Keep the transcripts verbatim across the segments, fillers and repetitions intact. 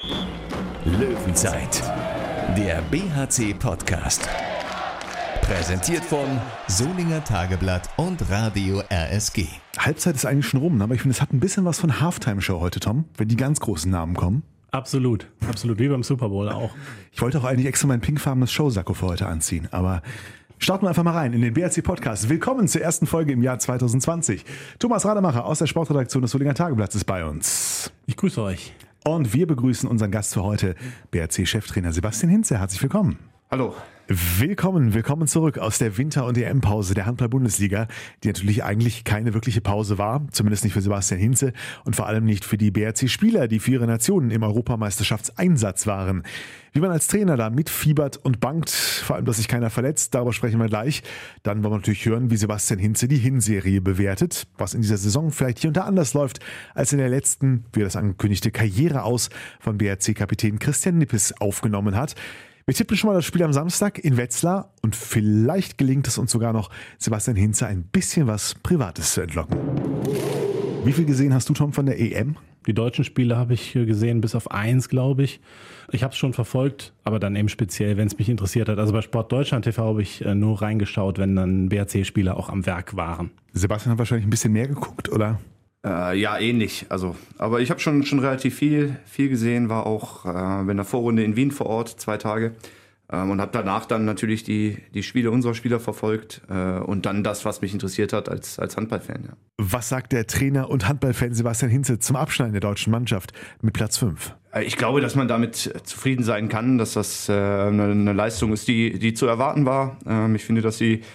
Löwenzeit, der B H C-Podcast. Präsentiert von Solinger Tageblatt und Radio R S G. Halbzeit ist eigentlich schon rum, aber ich finde, es hat ein bisschen was von Halftime-Show heute, Tom, wenn die ganz großen Namen kommen. Absolut, absolut, wie beim Super Bowl auch. Ich wollte auch eigentlich extra mein pinkfarbenes Showsacko für heute anziehen, aber starten wir einfach mal rein in den B H C-Podcast. Willkommen zur ersten Folge im Jahr zwanzig zwanzig. Thomas Rademacher aus der Sportredaktion des Solinger Tageblatts ist bei uns. Ich grüße euch. Und wir begrüßen unseren Gast für heute, B H C-Cheftrainer Sebastian Hinze. Herzlich willkommen. Hallo. Willkommen, willkommen zurück aus der Winter- und E M-Pause der Handball-Bundesliga, die natürlich eigentlich keine wirkliche Pause war, zumindest nicht für Sebastian Hinze und vor allem nicht für die B H C-Spieler, die für ihre Nationen im Europameisterschaftseinsatz waren. Wie man als Trainer da mitfiebert und bangt, vor allem, dass sich keiner verletzt, darüber sprechen wir gleich. Dann wollen wir natürlich hören, wie Sebastian Hinze die Hinserie bewertet, was in dieser Saison vielleicht hier und da anders läuft als in der letzten, wie er das angekündigte, Karriere aus von B H C-Kapitän Christian Nippes aufgenommen hat. Wir tippen schon mal das Spiel am Samstag in Wetzlar und vielleicht gelingt es uns sogar noch, Sebastian Hinze ein bisschen was Privates zu entlocken. Wie viel gesehen hast du, Tom, von der E M? Die deutschen Spiele habe ich gesehen, bis auf eins, glaube ich. Ich habe es schon verfolgt, aber dann eben speziell, wenn es mich interessiert hat. Also bei Sport Deutschland T V habe ich nur reingeschaut, wenn dann B H C-Spieler auch am Werk waren. Sebastian hat wahrscheinlich ein bisschen mehr geguckt, oder? Äh, ja, ähnlich. Also, aber ich habe schon, schon relativ viel, viel gesehen, war auch äh, in der Vorrunde in Wien vor Ort, zwei Tage. Ähm, und habe danach dann natürlich die, die Spiele unserer Spieler verfolgt äh, und dann das, was mich interessiert hat als, als Handballfan. Ja. Was sagt der Trainer und Handballfan Sebastian Hinze zum Abschneiden der deutschen Mannschaft mit Platz fünf? Ich glaube, dass man damit zufrieden sein kann, dass das äh, eine, eine Leistung ist, die, die zu erwarten war. Ähm, ich finde, dass sie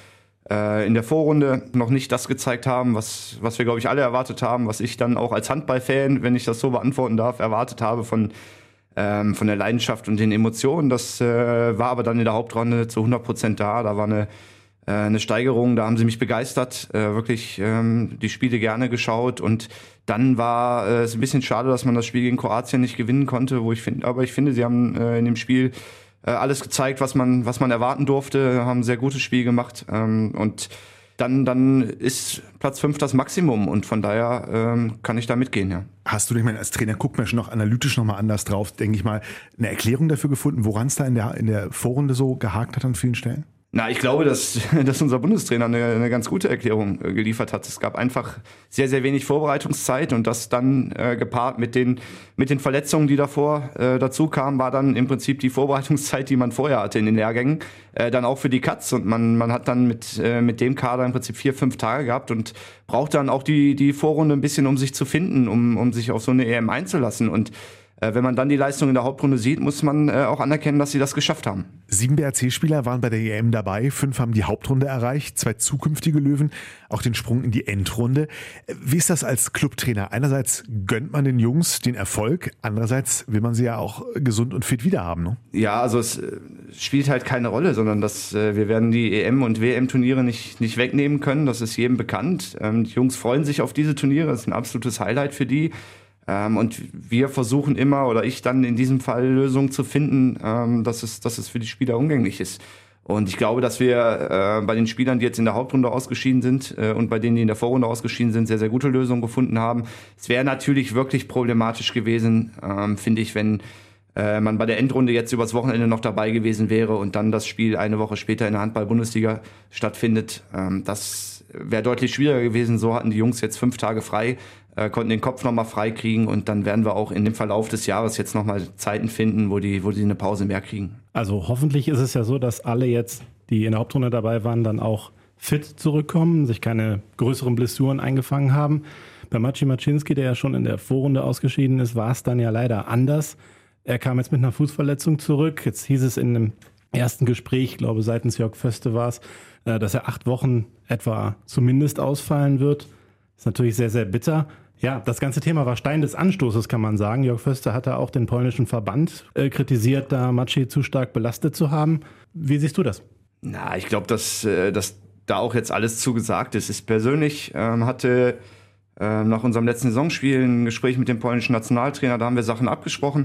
in der Vorrunde noch nicht das gezeigt haben, was, was wir, glaube ich, alle erwartet haben, was ich dann auch als Handballfan, wenn ich das so beantworten darf, erwartet habe von, ähm, von der Leidenschaft und den Emotionen. Das äh, war aber dann in der Hauptrunde zu hundert Prozent da. Da war eine, äh, eine Steigerung, da haben sie mich begeistert, äh, wirklich ähm, die Spiele gerne geschaut. Und dann war äh, es ein bisschen schade, dass man das Spiel gegen Kroatien nicht gewinnen konnte, wo ich finde, aber ich finde, sie haben äh, in dem Spiel alles gezeigt, was man, was man erwarten durfte, haben ein sehr gutes Spiel gemacht ähm, und dann, dann ist Platz fünf das Maximum und von daher ähm, kann ich da mitgehen, ja. Hast du, ich meine, als Trainer guckt man schon noch analytisch nochmal anders drauf, denke ich mal, eine Erklärung dafür gefunden, woran es da in der, in der Vorrunde so gehakt hat an vielen Stellen? Na, ich glaube, dass, dass unser Bundestrainer eine, eine ganz gute Erklärung äh, geliefert hat. Es gab einfach sehr, sehr wenig Vorbereitungszeit und das dann äh, gepaart mit den, mit den Verletzungen, die davor äh, dazu kamen, war dann im Prinzip die Vorbereitungszeit, die man vorher hatte in den Lehrgängen, äh, dann auch für die Katz. Und man, man hat dann mit, äh, mit dem Kader im Prinzip vier, fünf Tage gehabt und braucht dann auch die, die Vorrunde ein bisschen, um sich zu finden, um, um sich auf so eine E M einzulassen. Und wenn man dann die Leistung in der Hauptrunde sieht, muss man äh, auch anerkennen, dass sie das geschafft haben. Sieben B H C-Spieler waren bei der E M dabei, fünf haben die Hauptrunde erreicht, zwei zukünftige Löwen, auch den Sprung in die Endrunde. Wie ist das als Clubtrainer? Einerseits gönnt man den Jungs den Erfolg, andererseits will man sie ja auch gesund und fit wiederhaben, ne? Ja, also es äh, spielt halt keine Rolle, sondern dass äh, wir werden die E M- und W M-Turniere nicht, nicht wegnehmen können, das ist jedem bekannt. Ähm, die Jungs freuen sich auf diese Turniere, das ist ein absolutes Highlight für die. Ähm, und wir versuchen immer, oder ich dann in diesem Fall Lösungen zu finden, ähm, dass es, dass es für die Spieler umgänglich ist. Und ich glaube, dass wir äh, bei den Spielern, die jetzt in der Hauptrunde ausgeschieden sind äh, und bei denen, die in der Vorrunde ausgeschieden sind, sehr, sehr gute Lösungen gefunden haben. Es wäre natürlich wirklich problematisch gewesen, ähm, finde ich, wenn äh, man bei der Endrunde jetzt übers Wochenende noch dabei gewesen wäre und dann das Spiel eine Woche später in der Handball-Bundesliga stattfindet. Ähm, das wäre deutlich schwieriger gewesen. So hatten die Jungs jetzt fünf Tage frei, äh, konnten den Kopf nochmal frei kriegen und dann werden wir auch in dem Verlauf des Jahres jetzt nochmal Zeiten finden, wo die, wo die eine Pause mehr kriegen. Also hoffentlich ist es ja so, dass alle jetzt, die in der Hauptrunde dabei waren, dann auch fit zurückkommen, sich keine größeren Blessuren eingefangen haben. Bei Maciej Maczynski, der ja schon in der Vorrunde ausgeschieden ist, war es dann ja leider anders. Er kam jetzt mit einer Fußverletzung zurück. Jetzt hieß es in einem ersten Gespräch, ich glaube seitens Jörg Föste war es, dass er acht Wochen etwa zumindest ausfallen wird. Ist natürlich sehr, sehr bitter. Ja, das ganze Thema war Stein des Anstoßes, kann man sagen. Jörg Föste hatte auch den polnischen Verband äh, kritisiert, da Maciej zu stark belastet zu haben. Wie siehst du das? Na, ich glaube, dass, äh, dass da auch jetzt alles zugesagt ist. Ich persönlich ähm, hatte äh, nach unserem letzten Saisonspiel ein Gespräch mit dem polnischen Nationaltrainer, da haben wir Sachen abgesprochen.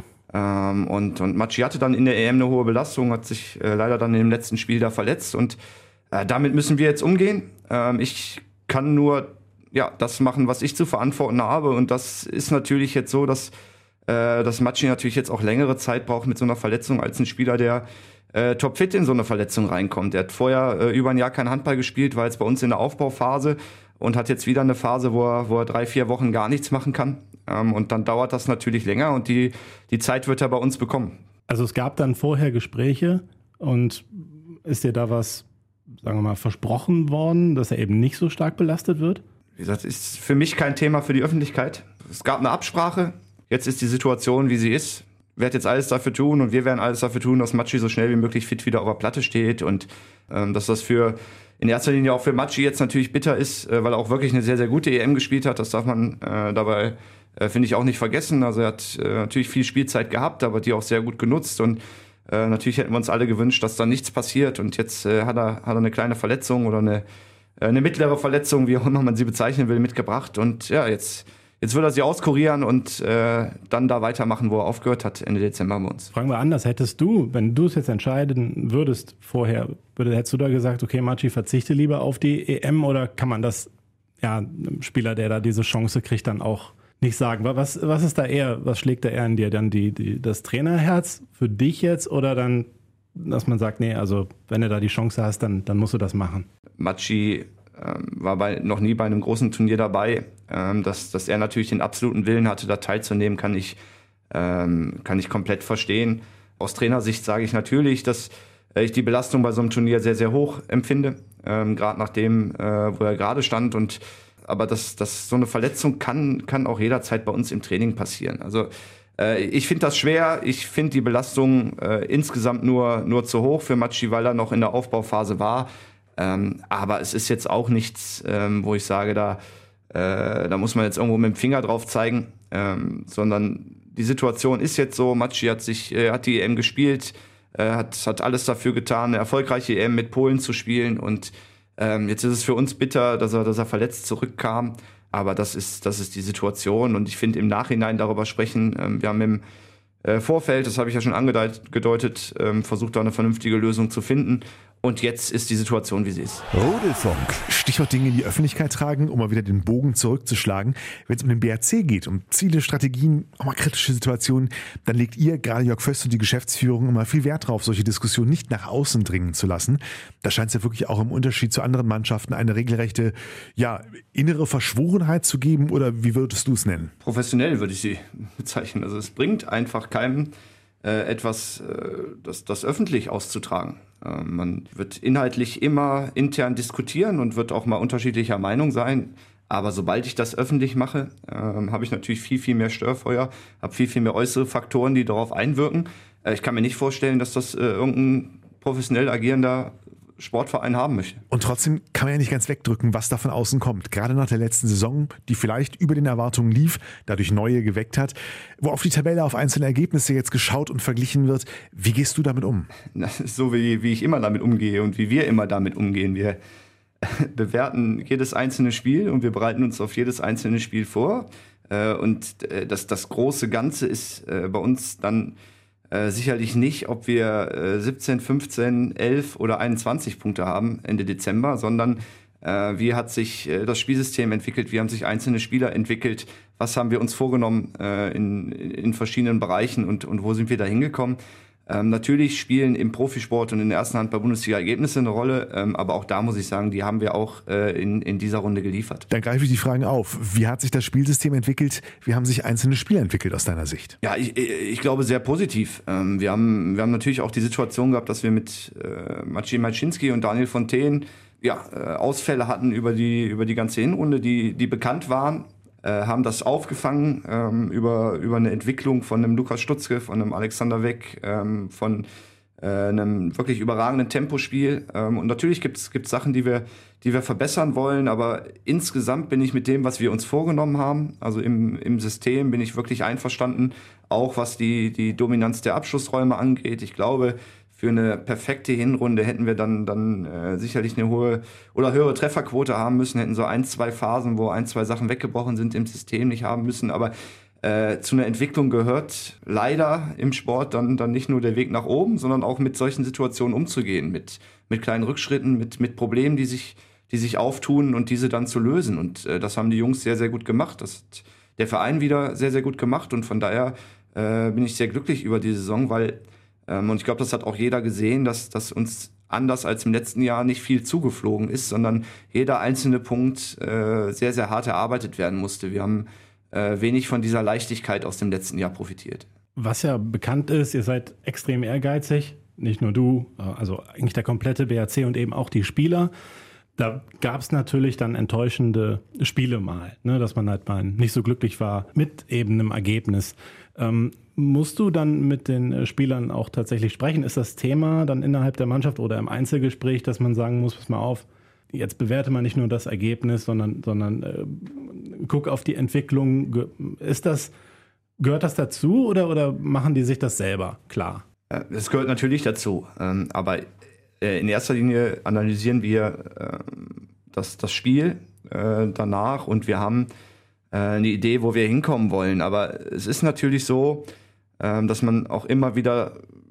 Ähm, und, und Maciej hatte dann in der E M eine hohe Belastung, hat sich äh, leider dann im letzten Spiel da verletzt. Und äh, damit müssen wir jetzt umgehen. Ähm, ich kann nur ja, das machen, was ich zu verantworten habe. Und das ist natürlich jetzt so, dass äh, dass Matschi natürlich jetzt auch längere Zeit braucht mit so einer Verletzung als ein Spieler, der äh, topfit in so eine Verletzung reinkommt. Der hat vorher äh, über ein Jahr kein Handball gespielt, war jetzt bei uns in der Aufbauphase und hat jetzt wieder eine Phase, wo er, wo er drei, vier Wochen gar nichts machen kann. Ähm, und dann dauert das natürlich länger und die, die Zeit wird er bei uns bekommen. Also es gab dann vorher Gespräche und ist dir da was, sagen wir mal, versprochen worden, dass er eben nicht so stark belastet wird? Wie gesagt, ist für mich kein Thema für die Öffentlichkeit. Es gab eine Absprache, jetzt ist die Situation, wie sie ist. Ich werde jetzt alles dafür tun und wir werden alles dafür tun, dass Matschi so schnell wie möglich fit wieder auf der Platte steht und ähm, dass das für in erster Linie auch für Matschi jetzt natürlich bitter ist, äh, weil er auch wirklich eine sehr, sehr gute E M gespielt hat. Das darf man äh, dabei, äh, finde ich, auch nicht vergessen. Also er hat äh, natürlich viel Spielzeit gehabt, aber die auch sehr gut genutzt und äh, natürlich hätten wir uns alle gewünscht, dass da nichts passiert und jetzt äh, hat er, hat er eine kleine Verletzung oder eine eine mittlere Verletzung, wie auch immer man sie bezeichnen will, mitgebracht. Und ja, jetzt, jetzt will er sie auskurieren und äh, dann da weitermachen, wo er aufgehört hat, Ende Dezember bei uns. Fragen wir anders, hättest du, wenn du es jetzt entscheiden würdest vorher, würde, hättest du da gesagt, okay, Matschi, verzichte lieber auf die E M oder kann man das, ja, einem Spieler, der da diese Chance kriegt, dann auch nicht sagen? Was, was ist da eher, was schlägt da eher in dir? Dann die, die, das Trainerherz für dich jetzt oder dann, dass man sagt, nee, also wenn du da die Chance hast, dann, dann musst du das machen? Matschi ähm, war bei, noch nie bei einem großen Turnier dabei. Ähm, dass, dass er natürlich den absoluten Willen hatte, da teilzunehmen, kann ich, ähm, kann ich komplett verstehen. Aus Trainersicht sage ich natürlich, dass äh, ich die Belastung bei so einem Turnier sehr, sehr hoch empfinde. Ähm, gerade nach dem, äh, wo er gerade stand. Und, aber das, das, so eine Verletzung kann, kann auch jederzeit bei uns im Training passieren. Also äh, ich finde das schwer. Ich finde die Belastung äh, insgesamt nur, nur zu hoch für Matschi, weil er noch in der Aufbauphase war. Ähm, aber es ist jetzt auch nichts, ähm, wo ich sage, da, äh, da muss man jetzt irgendwo mit dem Finger drauf zeigen, ähm, sondern die Situation ist jetzt so, Matschi hat sich, äh, hat die E M gespielt, äh, hat, hat alles dafür getan, eine erfolgreiche E M mit Polen zu spielen und ähm, jetzt ist es für uns bitter, dass er, dass er verletzt zurückkam, aber das ist, das ist die Situation und ich finde im Nachhinein darüber sprechen, ähm, wir haben im äh, Vorfeld, das habe ich ja schon angedeutet, ähm, versucht da eine vernünftige Lösung zu finden. Und jetzt ist die Situation, wie sie ist. Rudelfunk. Stichwort Dinge in die Öffentlichkeit tragen, um mal wieder den Bogen zurückzuschlagen. Wenn es um den B R C geht, um Ziele, Strategien, auch mal kritische Situationen, dann legt ihr, gerade Jörg Föst und die Geschäftsführung, immer viel Wert drauf, solche Diskussionen nicht nach außen dringen zu lassen. Da scheint es ja wirklich auch im Unterschied zu anderen Mannschaften eine regelrechte, ja, innere Verschworenheit zu geben. Oder wie würdest du es nennen? Professionell würde ich sie bezeichnen. Also es bringt einfach keinem äh, etwas, äh, das, das öffentlich auszutragen. Man wird inhaltlich immer intern diskutieren und wird auch mal unterschiedlicher Meinung sein. Aber sobald ich das öffentlich mache, äh, habe ich natürlich viel, viel mehr Störfeuer, habe viel, viel mehr äußere Faktoren, die darauf einwirken. Äh, ich kann mir nicht vorstellen, dass das äh, irgendein professionell agierender Sportverein haben möchte. Und trotzdem kann man ja nicht ganz wegdrücken, was da von außen kommt. Gerade nach der letzten Saison, die vielleicht über den Erwartungen lief, dadurch neue geweckt hat, wo auf die Tabelle, auf einzelne Ergebnisse jetzt geschaut und verglichen wird. Wie gehst du damit um? Das ist so, wie, wie ich immer damit umgehe und wie wir immer damit umgehen. Wir bewerten jedes einzelne Spiel und wir bereiten uns auf jedes einzelne Spiel vor. Und das, das große Ganze ist bei uns dann Äh, sicherlich nicht, ob wir äh, siebzehn, fünfzehn, elf oder einundzwanzig Punkte haben Ende Dezember, sondern äh, wie hat sich äh, das Spielsystem entwickelt, wie haben sich einzelne Spieler entwickelt, was haben wir uns vorgenommen äh, in, in verschiedenen Bereichen und, und wo sind wir da hingekommen. Ähm, natürlich spielen im Profisport und in der ersten Handball-Bundesliga Ergebnisse eine Rolle, ähm, aber auch da muss ich sagen, die haben wir auch äh, in, in dieser Runde geliefert. Dann greife ich die Fragen auf. Wie hat sich das Spielsystem entwickelt? Wie haben sich einzelne Spieler entwickelt aus deiner Sicht? Ja, ich, ich glaube sehr positiv. Ähm, wir haben, wir haben natürlich auch die Situation gehabt, dass wir mit äh, Maciej Malczynski und Daniel Fontaine ja, äh, Ausfälle hatten über die, über die ganze Hinrunde, die, die bekannt waren. Haben das aufgefangen ähm, über, über eine Entwicklung von einem Lukas Stutzke, von einem Alexander Weck, ähm, von äh, einem wirklich überragenden Tempospiel. Ähm, und natürlich gibt es Sachen, die wir, die wir verbessern wollen, aber insgesamt bin ich mit dem, was wir uns vorgenommen haben, also im, im System bin ich wirklich einverstanden, auch was die, die Dominanz der Abschlussräume angeht. Ich glaube, für eine perfekte Hinrunde hätten wir dann, dann äh, sicherlich eine hohe oder höhere Trefferquote haben müssen, hätten so ein, zwei Phasen, wo ein, zwei Sachen weggebrochen sind im System nicht haben müssen. Aber äh, zu einer Entwicklung gehört leider im Sport dann, dann nicht nur der Weg nach oben, sondern auch mit solchen Situationen umzugehen, mit, mit kleinen Rückschritten, mit, mit Problemen, die sich, die sich auftun und diese dann zu lösen. Und äh, das haben die Jungs sehr, sehr gut gemacht. Das hat der Verein wieder sehr, sehr gut gemacht und von daher äh, bin ich sehr glücklich über die Saison, weil, ähm, und ich glaube, das hat auch jeder gesehen, dass, dass uns anders als im letzten Jahr nicht viel zugeflogen ist, sondern jeder einzelne Punkt äh, sehr, sehr hart erarbeitet werden musste. Wir haben äh, wenig von dieser Leichtigkeit aus dem letzten Jahr profitiert. Was ja bekannt ist, ihr seid extrem ehrgeizig, nicht nur du, also eigentlich der komplette B H C und eben auch die Spieler. Da gab es natürlich dann enttäuschende Spiele mal, ne, dass man halt mal nicht so glücklich war mit eben einem Ergebnis. Ähm, musst du dann mit den Spielern auch tatsächlich sprechen? Ist das Thema dann innerhalb der Mannschaft oder im Einzelgespräch, dass man sagen muss, pass mal auf, jetzt bewerte man nicht nur das Ergebnis, sondern, sondern äh, guck auf die Entwicklung. Ist das, gehört das dazu oder, oder machen die sich das selber klar? Es gehört natürlich dazu, ähm, aber in erster Linie analysieren wir äh, das, das Spiel äh, danach und wir haben äh, eine Idee, wo wir hinkommen wollen. Aber es ist natürlich so, äh, dass man auch immer wieder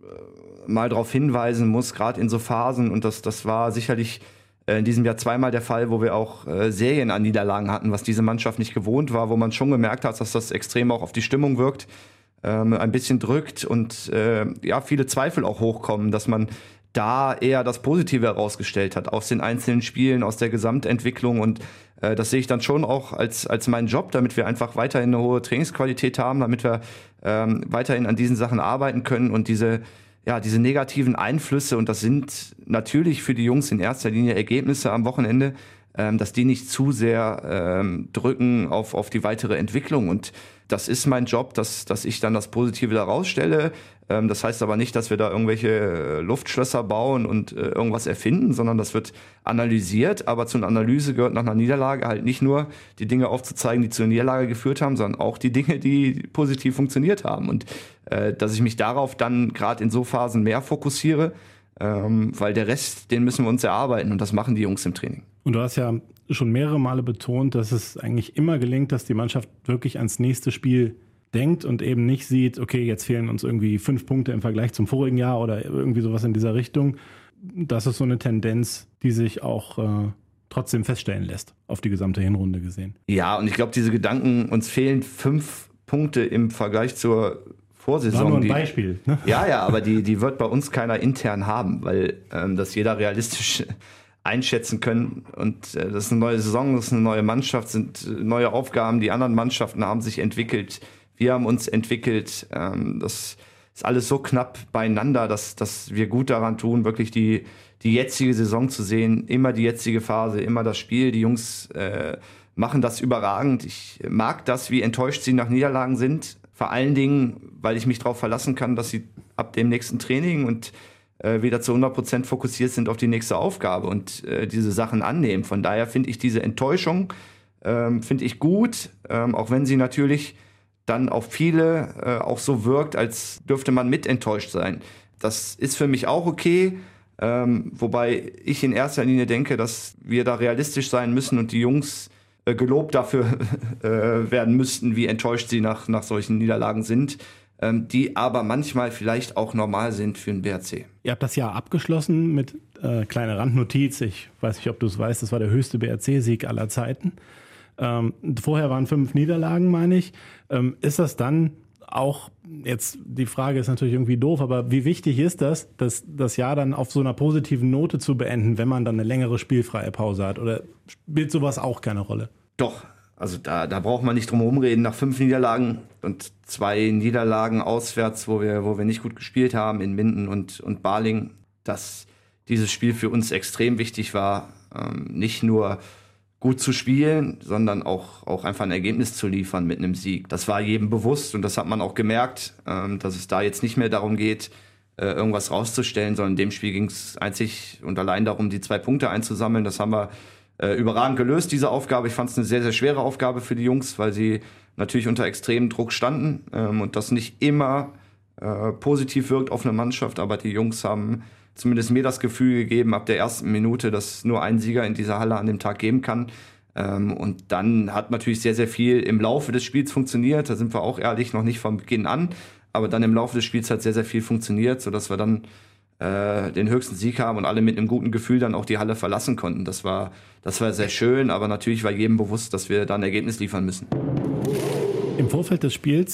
äh, mal darauf hinweisen muss, gerade in so Phasen. Und das, das war sicherlich äh, in diesem Jahr zweimal der Fall, wo wir auch äh, Serien an Niederlagen hatten, was diese Mannschaft nicht gewohnt war, wo man schon gemerkt hat, dass das extrem auch auf die Stimmung wirkt, äh, ein bisschen drückt und äh, ja viele Zweifel auch hochkommen, dass man da eher das Positive herausgestellt hat aus den einzelnen Spielen, aus der Gesamtentwicklung und äh, das sehe ich dann schon auch als als meinen Job, damit wir einfach weiterhin eine hohe Trainingsqualität haben, damit wir ähm, weiterhin an diesen Sachen arbeiten können und diese ja diese negativen Einflüsse, und das sind natürlich für die Jungs in erster Linie Ergebnisse am Wochenende, ähm, dass die nicht zu sehr ähm, drücken auf auf die weitere Entwicklung, und das ist mein Job, dass dass ich dann das Positive da rausstelle. Das heißt aber nicht, dass wir da irgendwelche Luftschlösser bauen und äh, irgendwas erfinden, sondern das wird analysiert. Aber zu einer Analyse gehört nach einer Niederlage halt nicht nur die Dinge aufzuzeigen, die zur Niederlage geführt haben, sondern auch die Dinge, die positiv funktioniert haben. Und äh, dass ich mich darauf dann gerade in so Phasen mehr fokussiere, ähm, weil der Rest, den müssen wir uns erarbeiten, und das machen die Jungs im Training. Und du hast ja schon mehrere Male betont, dass es eigentlich immer gelingt, dass die Mannschaft wirklich ans nächste Spiel denkt und eben nicht sieht, okay, jetzt fehlen uns irgendwie fünf Punkte im Vergleich zum vorigen Jahr oder irgendwie sowas in dieser Richtung. Das ist so eine Tendenz, die sich auch äh, trotzdem feststellen lässt, auf die gesamte Hinrunde gesehen. Ja, und ich glaube, diese Gedanken, uns fehlen fünf Punkte im Vergleich zur Vorsaison. War nur ein die, Beispiel. Ne? Ja, ja, aber die, die wird bei uns keiner intern haben, weil ähm, das jeder realistisch einschätzen können. Und äh, das ist eine neue Saison, das ist eine neue Mannschaft, sind äh, neue Aufgaben. Die anderen Mannschaften haben sich entwickelt. Wir haben uns entwickelt. Ähm, das ist alles so knapp beieinander, dass, dass wir gut daran tun, wirklich die, die jetzige Saison zu sehen. Immer die jetzige Phase, immer das Spiel. Die Jungs äh, machen das überragend. Ich mag das, wie enttäuscht sie nach Niederlagen sind. Vor allen Dingen, weil ich mich darauf verlassen kann, dass sie ab dem nächsten Training und äh, wieder zu hundert Prozent fokussiert sind auf die nächste Aufgabe und äh, diese Sachen annehmen. Von daher finde ich diese Enttäuschung ähm, finde ich gut, ähm, auch wenn sie natürlich dann auf viele äh, auch so wirkt, als dürfte man mit enttäuscht sein. Das ist für mich auch okay, ähm, wobei ich in erster Linie denke, dass wir da realistisch sein müssen und die Jungs äh, gelobt dafür äh, werden müssten, wie enttäuscht sie nach, nach solchen Niederlagen sind, ähm, die aber manchmal vielleicht auch normal sind für den B H C. Ihr habt das Jahr abgeschlossen mit äh, kleiner Randnotiz. Ich weiß nicht, ob du es weißt, das war der höchste B H C-Sieg aller Zeiten. Ähm, vorher waren fünf Niederlagen, meine ich. Ähm, ist das dann auch, jetzt die Frage ist natürlich irgendwie doof, aber wie wichtig ist das, dass das Jahr dann auf so einer positiven Note zu beenden, wenn man dann eine längere spielfreie Pause hat? Oder spielt sowas auch keine Rolle? Doch, also da, da braucht man nicht drum herum reden. Nach fünf Niederlagen und zwei Niederlagen auswärts, wo wir, wo wir nicht gut gespielt haben, in Minden und, und Balingen, dass dieses Spiel für uns extrem wichtig war. Ähm, nicht nur gut zu spielen, sondern auch, auch einfach ein Ergebnis zu liefern mit einem Sieg. Das war jedem bewusst und das hat man auch gemerkt, ähm, dass es da jetzt nicht mehr darum geht, äh, irgendwas rauszustellen, sondern in dem Spiel ging es einzig und allein darum, die zwei Punkte einzusammeln. Das haben wir äh, überragend gelöst, diese Aufgabe. Ich fand es eine sehr, sehr schwere Aufgabe für die Jungs, weil sie natürlich unter extremem Druck standen ähm, und das nicht immer äh, positiv wirkt auf eine Mannschaft, aber die Jungs haben zumindest mir das Gefühl gegeben, ab der ersten Minute, dass nur ein Sieger in dieser Halle an dem Tag geben kann. Ähm, und dann hat natürlich sehr, sehr viel im Laufe des Spiels funktioniert. Da sind wir auch ehrlich noch nicht von Beginn an. Aber dann im Laufe des Spiels hat sehr, sehr viel funktioniert, sodass wir dann äh, den höchsten Sieg haben und alle mit einem guten Gefühl dann auch die Halle verlassen konnten. Das war, das war sehr schön, aber natürlich war jedem bewusst, dass wir da ein Ergebnis liefern müssen. Im Vorfeld des Spiels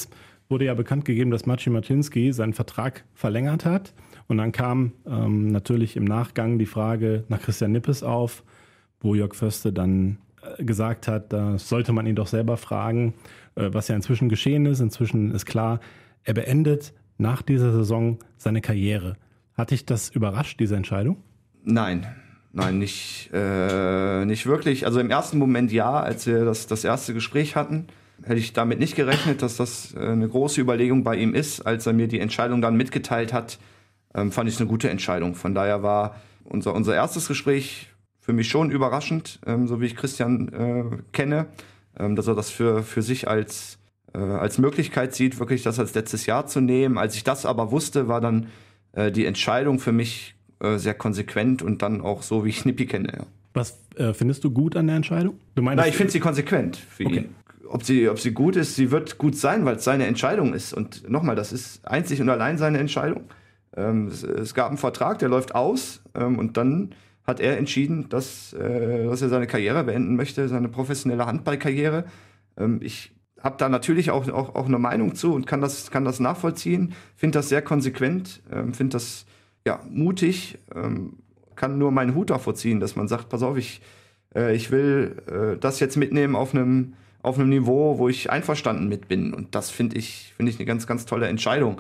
wurde ja bekannt gegeben, dass Maciej Maciejński seinen Vertrag verlängert hat. Und dann kam ähm, natürlich im Nachgang die Frage nach Christian Nippes auf, wo Jörg Förste dann äh, gesagt hat, da sollte man ihn doch selber fragen, äh, was ja inzwischen geschehen ist. Inzwischen ist klar, er beendet nach dieser Saison seine Karriere. Hat dich das überrascht, diese Entscheidung? Nein, nein, nicht, äh, nicht wirklich. Also im ersten Moment ja, als wir das, das erste Gespräch hatten, hätte ich damit nicht gerechnet, dass das eine große Überlegung bei ihm ist. Als er mir die Entscheidung dann mitgeteilt hat, ähm, fand ich es eine gute Entscheidung. Von daher war unser, unser erstes Gespräch für mich schon überraschend, ähm, so wie ich Christian äh, kenne, ähm, dass er das für, für sich als, äh, als Möglichkeit sieht, wirklich das als letztes Jahr zu nehmen. Als ich das aber wusste, war dann äh, die Entscheidung für mich äh, sehr konsequent und dann auch so, wie ich Nippi kenne. Ja. Was äh, findest du gut an der Entscheidung? Du meinst, Na, ich finde sie konsequent für okay. ihn. Ob sie, ob sie gut ist, sie wird gut sein, weil es seine Entscheidung ist. Und nochmal, das ist einzig und allein seine Entscheidung. Ähm, es, es gab einen Vertrag, der läuft aus ähm, und dann hat er entschieden, dass, äh, dass er seine Karriere beenden möchte, seine professionelle Handballkarriere. Ähm, ich habe da natürlich auch, auch, auch eine Meinung zu und kann das, kann das nachvollziehen, finde das sehr konsequent, ähm, finde das ja, mutig, ähm, kann nur meinen Hut davor ziehen, dass man sagt, pass auf, ich, äh, ich will äh, das jetzt mitnehmen auf einem auf einem Niveau, wo ich einverstanden mit bin. Und das finde ich, finde ich eine ganz, ganz tolle Entscheidung.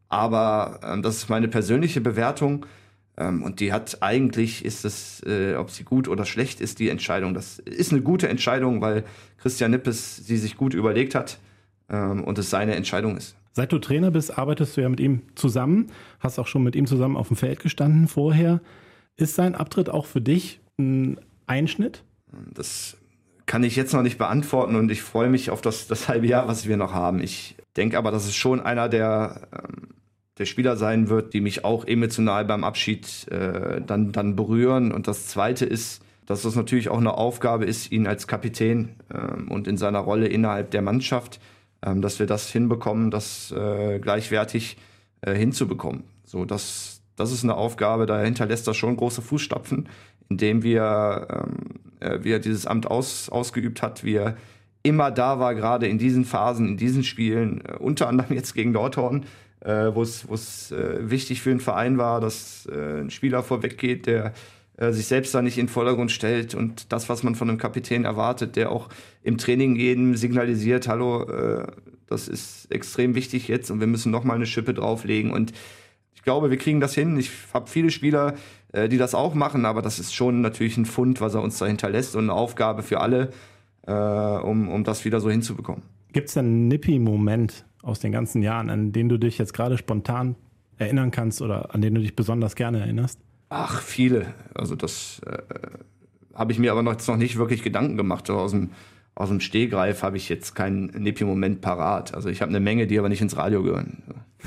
Aber ähm, das ist meine persönliche Bewertung. Ähm, und die hat eigentlich, ist es, äh, ob sie gut oder schlecht ist, die Entscheidung. Das ist eine gute Entscheidung, weil Christian Nippes sie sich gut überlegt hat ähm, und es seine Entscheidung ist. Seit du Trainer bist, arbeitest du ja mit ihm zusammen, hast auch schon mit ihm zusammen auf dem Feld gestanden vorher. Ist sein Abtritt auch für dich ein Einschnitt? Das kann ich jetzt noch nicht beantworten und ich freue mich auf das, das halbe Jahr, was wir noch haben. Ich denke aber, dass es schon einer der, ähm, der Spieler sein wird, die mich auch emotional beim Abschied äh, dann, dann berühren. Und das Zweite ist, dass es natürlich auch eine Aufgabe ist, ihn als Kapitän ähm, und in seiner Rolle innerhalb der Mannschaft, ähm, dass wir das hinbekommen, das äh, gleichwertig äh, hinzubekommen. So, das, das ist eine Aufgabe, da hinterlässt er schon große Fußstapfen, indem wir, ähm, äh, wie er dieses Amt aus, ausgeübt hat, wie er immer da war, gerade in diesen Phasen, in diesen Spielen, äh, unter anderem jetzt gegen Nordhorn, äh, wo es äh, wichtig für den Verein war, dass äh, ein Spieler vorweggeht, der äh, sich selbst da nicht in den Vordergrund stellt und das, was man von einem Kapitän erwartet, der auch im Training jedem signalisiert, hallo, äh, das ist extrem wichtig jetzt und wir müssen noch mal eine Schippe drauflegen und ich glaube, wir kriegen das hin. Ich habe viele Spieler, äh, die das auch machen, aber das ist schon natürlich ein Fund, was er uns da hinterlässt und eine Aufgabe für alle, äh, um, um das wieder so hinzubekommen. Gibt es einen Nippi-Moment aus den ganzen Jahren, an den du dich jetzt gerade spontan erinnern kannst oder an den du dich besonders gerne erinnerst? Ach, viele. Also das äh, habe ich mir aber noch, jetzt noch nicht wirklich Gedanken gemacht. Aus dem, aus dem Stehgreif habe ich jetzt keinen Nippi-Moment parat. Also ich habe eine Menge, die aber nicht ins Radio gehören.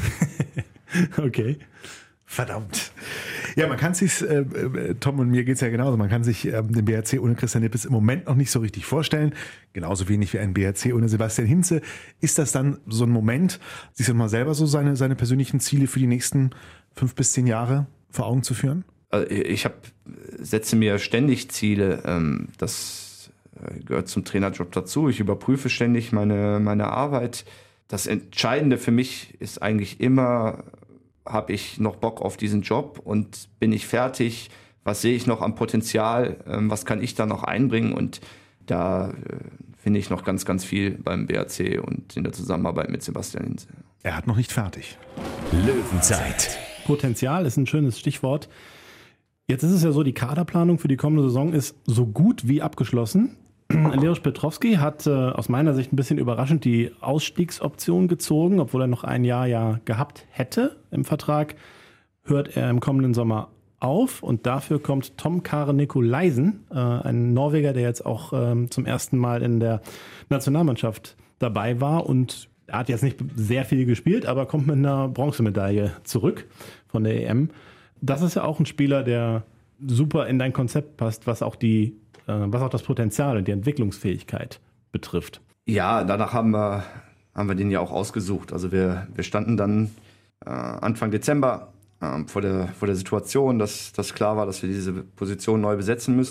Okay. Verdammt. Ja, man kann sich, äh, Tom und mir geht's ja genauso, man kann sich äh, den B R C ohne Christian Nippes im Moment noch nicht so richtig vorstellen. Genauso wenig wie ein B R C ohne Sebastian Hinze. Ist das dann so ein Moment, sich dann mal selber so seine, seine persönlichen Ziele für die nächsten fünf bis zehn Jahre vor Augen zu führen? Also ich hab, setze mir ständig Ziele. Ähm, das gehört zum Trainerjob dazu. Ich überprüfe ständig meine, meine Arbeit. Das Entscheidende für mich ist eigentlich immer, habe ich noch Bock auf diesen Job und bin ich fertig? Was sehe ich noch am Potenzial? Was kann ich da noch einbringen? Und da äh, finde ich noch ganz, ganz viel beim B R C und in der Zusammenarbeit mit Sebastian Hinze. Er hat noch nicht fertig. Löwenzeit. Potenzial ist ein schönes Stichwort. Jetzt ist es ja so, die Kaderplanung für die kommende Saison ist so gut wie abgeschlossen. Leos Petrowski hat äh, aus meiner Sicht ein bisschen überraschend die Ausstiegsoption gezogen, obwohl er noch ein Jahr ja gehabt hätte im Vertrag, hört er im kommenden Sommer auf und dafür kommt Tom Kare Nikolaisen, äh, ein Norweger, der jetzt auch ähm, zum ersten Mal in der Nationalmannschaft dabei war und er hat jetzt nicht sehr viel gespielt, aber kommt mit einer Bronzemedaille zurück von der E M. Das ist ja auch ein Spieler, der super in dein Konzept passt, was auch die was auch das Potenzial und die Entwicklungsfähigkeit betrifft. Ja, danach haben wir, haben wir den ja auch ausgesucht. Also wir, wir standen dann äh, Anfang Dezember äh, vor, der, vor der Situation, dass, dass klar war, dass wir diese Position neu besetzen müssen.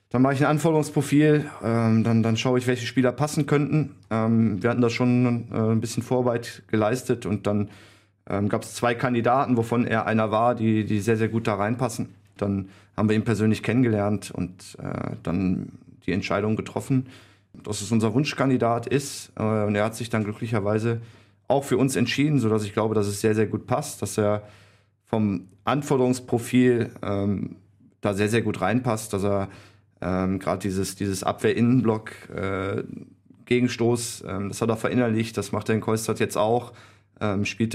Dann mache ich ein Anforderungsprofil, ähm, dann, dann schaue ich, welche Spieler passen könnten. Ähm, wir hatten da schon äh, ein bisschen Vorarbeit geleistet und dann ähm, gab es zwei Kandidaten, wovon er einer war, die, die sehr, sehr gut da reinpassen. Dann haben wir ihn persönlich kennengelernt und äh, dann die Entscheidung getroffen, dass es unser Wunschkandidat ist. Äh, und er hat sich dann glücklicherweise auch für uns entschieden, sodass ich glaube, dass es sehr, sehr gut passt, dass er vom Anforderungsprofil ähm, da sehr, sehr gut reinpasst, dass er ähm, gerade dieses, dieses Abwehr-Innenblock äh, Gegenstoß, ähm, das hat er verinnerlicht, das macht er in Keustadt jetzt auch, ähm, spielt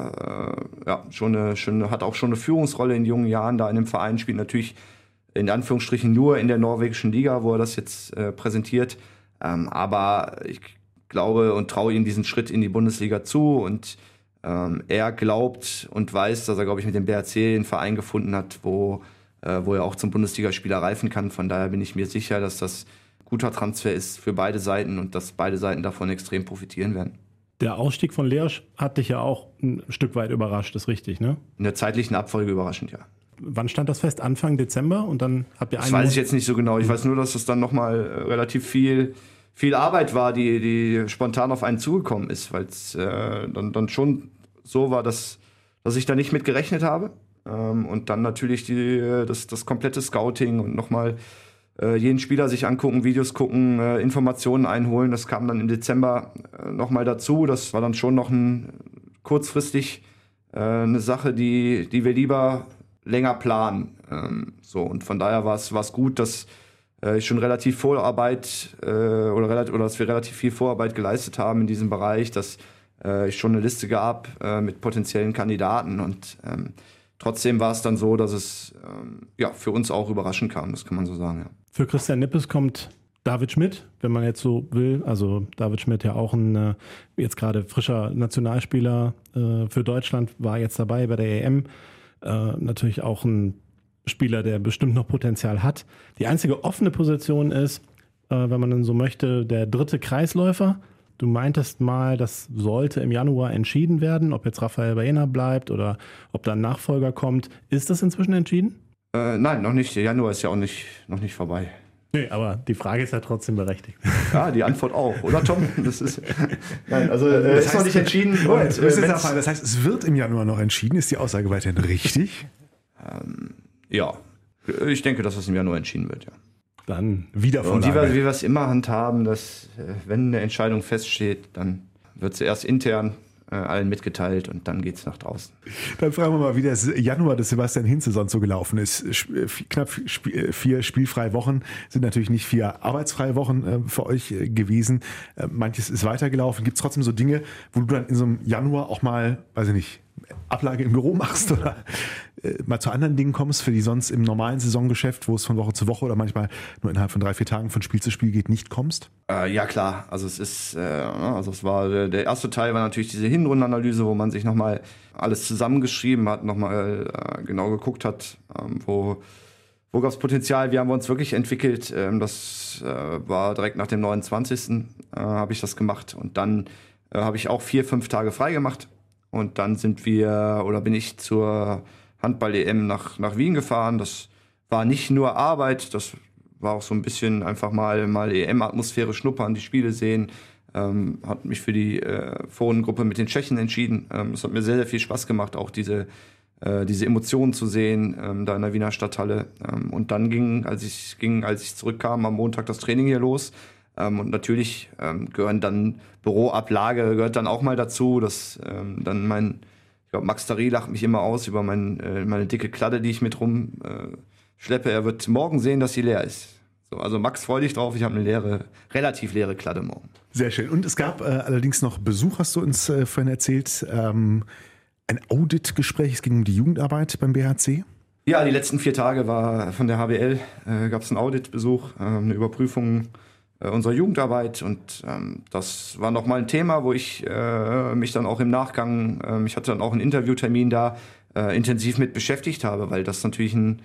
da äh, ja, schon eine, schon, hat auch schon eine Führungsrolle in jungen Jahren da in dem Verein, spielt natürlich in Anführungsstrichen nur in der norwegischen Liga, wo er das jetzt äh, präsentiert, ähm, aber ich glaube und traue ihm diesen Schritt in die Bundesliga zu und ähm, er glaubt und weiß, dass er, glaube ich, mit dem B R C einen Verein gefunden hat, wo wo er auch zum Bundesligaspieler reifen kann. Von daher bin ich mir sicher, dass das ein guter Transfer ist für beide Seiten und dass beide Seiten davon extrem profitieren werden. Der Ausstieg von Leosch hat dich ja auch ein Stück weit überrascht, ist richtig, ne? In der zeitlichen Abfolge überraschend, ja. Wann stand das fest? Anfang Dezember? Und dann habt ihr Das weiß ich jetzt nicht so genau. Ich weiß nur, dass es dann nochmal relativ viel, viel Arbeit war, die, die spontan auf einen zugekommen ist, weil es äh, dann, dann schon so war, dass, dass ich da nicht mit gerechnet habe. Ähm, und dann natürlich die, das, das komplette Scouting und nochmal äh, jeden Spieler sich angucken, Videos gucken, äh, Informationen einholen. Das kam dann im Dezember äh, nochmal dazu. Das war dann schon noch ein, kurzfristig äh, eine Sache, die, die wir lieber länger planen. Ähm, so. Und von daher war es gut, dass äh, ich schon relativ Vorarbeit äh, oder, relativ, oder dass wir relativ viel Vorarbeit geleistet haben in diesem Bereich, dass äh, ich schon eine Liste gab äh, mit potenziellen Kandidaten und ähm, trotzdem war es dann so, dass es ähm, ja, für uns auch überraschend kam, das kann man so sagen. Ja. Für Christian Nippes kommt David Schmidt, wenn man jetzt so will. Also David Schmidt ja auch ein äh, jetzt gerade frischer Nationalspieler äh, für Deutschland, war jetzt dabei bei der E M. Äh, natürlich auch ein Spieler, der bestimmt noch Potenzial hat. Die einzige offene Position ist, äh, wenn man dann so möchte, der dritte Kreisläufer. Du meintest mal, das sollte im Januar entschieden werden, ob jetzt Raphael Baena bleibt oder ob da ein Nachfolger kommt. Ist das inzwischen entschieden? Äh, nein, noch nicht. Der Januar ist ja auch nicht, noch nicht vorbei. Nee, aber die Frage ist ja trotzdem berechtigt. Ja, die Antwort auch, oder Tom? Das ist, nein, also äh, das ist heißt, noch nicht entschieden. Und, äh, das heißt, es wird im Januar noch entschieden. Ist die Aussage weiterhin richtig? Ähm, ja, ich denke, dass es im Januar entschieden wird, ja. Dann wieder von Und wie wir, wie wir es immer handhaben, dass wenn eine Entscheidung feststeht, dann wird sie erst intern äh, allen mitgeteilt und dann geht es nach draußen. Dann fragen wir mal, wie der Januar des Sebastian Hinze sonst so gelaufen ist. Knapp vier spielfreie Wochen sind natürlich nicht vier arbeitsfreie Wochen äh, für euch äh, gewesen. Äh, manches ist weitergelaufen. Gibt es trotzdem so Dinge, wo du dann in so einem Januar auch mal, weiß ich nicht, Ablage im Büro machst oder äh, mal zu anderen Dingen kommst, für die sonst im normalen Saisongeschäft, wo es von Woche zu Woche oder manchmal nur innerhalb von drei, vier Tagen von Spiel zu Spiel geht, nicht kommst? Äh, ja klar, also es ist, äh, also es war der, der erste Teil war natürlich diese Hinrundenanalyse, wo man sich nochmal alles zusammengeschrieben hat, nochmal äh, genau geguckt hat, ähm, wo wo gab es Potenzial, wie haben wir uns wirklich entwickelt. Ähm, das äh, war direkt nach dem neunundzwanzigsten Äh, habe ich das gemacht und dann äh, habe ich auch vier, fünf Tage frei gemacht. Und dann sind wir, oder bin ich zur Handball-E M nach, nach Wien gefahren. Das war nicht nur Arbeit, das war auch so ein bisschen einfach mal, mal E M-Atmosphäre schnuppern, die Spiele sehen. Ähm, hat mich für die äh, Vorrundengruppe mit den Tschechen entschieden. Ähm, es hat mir sehr, sehr viel Spaß gemacht, auch diese, äh, diese Emotionen zu sehen, ähm, da in der Wiener Stadthalle. Ähm, und dann ging, als ich, ging, als ich zurückkam, am Montag das Training hier los. Ähm, und natürlich ähm, gehören dann Büroablage, gehört dann auch mal dazu, dass ähm, dann mein, ich glaube, Max Tari lacht mich immer aus über mein, äh, meine dicke Kladde, die ich mit rum äh, schleppe. Er wird morgen sehen, dass sie leer ist. So, also Max, freu dich drauf, ich habe eine leere, relativ leere Kladde morgen. Sehr schön. Und es gab äh, allerdings noch Besuch, hast du uns äh, vorhin erzählt, ähm, ein Auditgespräch, es ging um die Jugendarbeit beim B H C. Ja, die letzten vier Tage war von der H B L, äh, gab es einen Auditbesuch, äh, eine Überprüfung unserer Jugendarbeit und ähm, das war nochmal ein Thema, wo ich äh, mich dann auch im Nachgang, äh, ich hatte dann auch einen Interviewtermin da, äh, intensiv mit beschäftigt habe, weil das natürlich ein,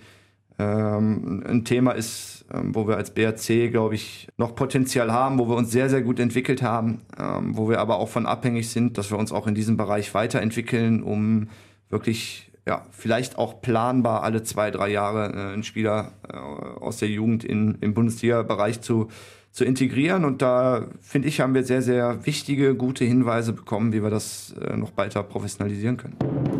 ähm, ein Thema ist, ähm, wo wir als B R C, glaube ich, noch Potenzial haben, wo wir uns sehr, sehr gut entwickelt haben, ähm, wo wir aber auch von abhängig sind, dass wir uns auch in diesem Bereich weiterentwickeln, um wirklich ja, vielleicht auch planbar alle zwei, drei Jahre äh, einen Spieler äh, aus der Jugend in, im Bundesliga-Bereich zu, zu integrieren. Und da, finde ich, haben wir sehr, sehr wichtige, gute Hinweise bekommen, wie wir das äh, noch weiter professionalisieren können.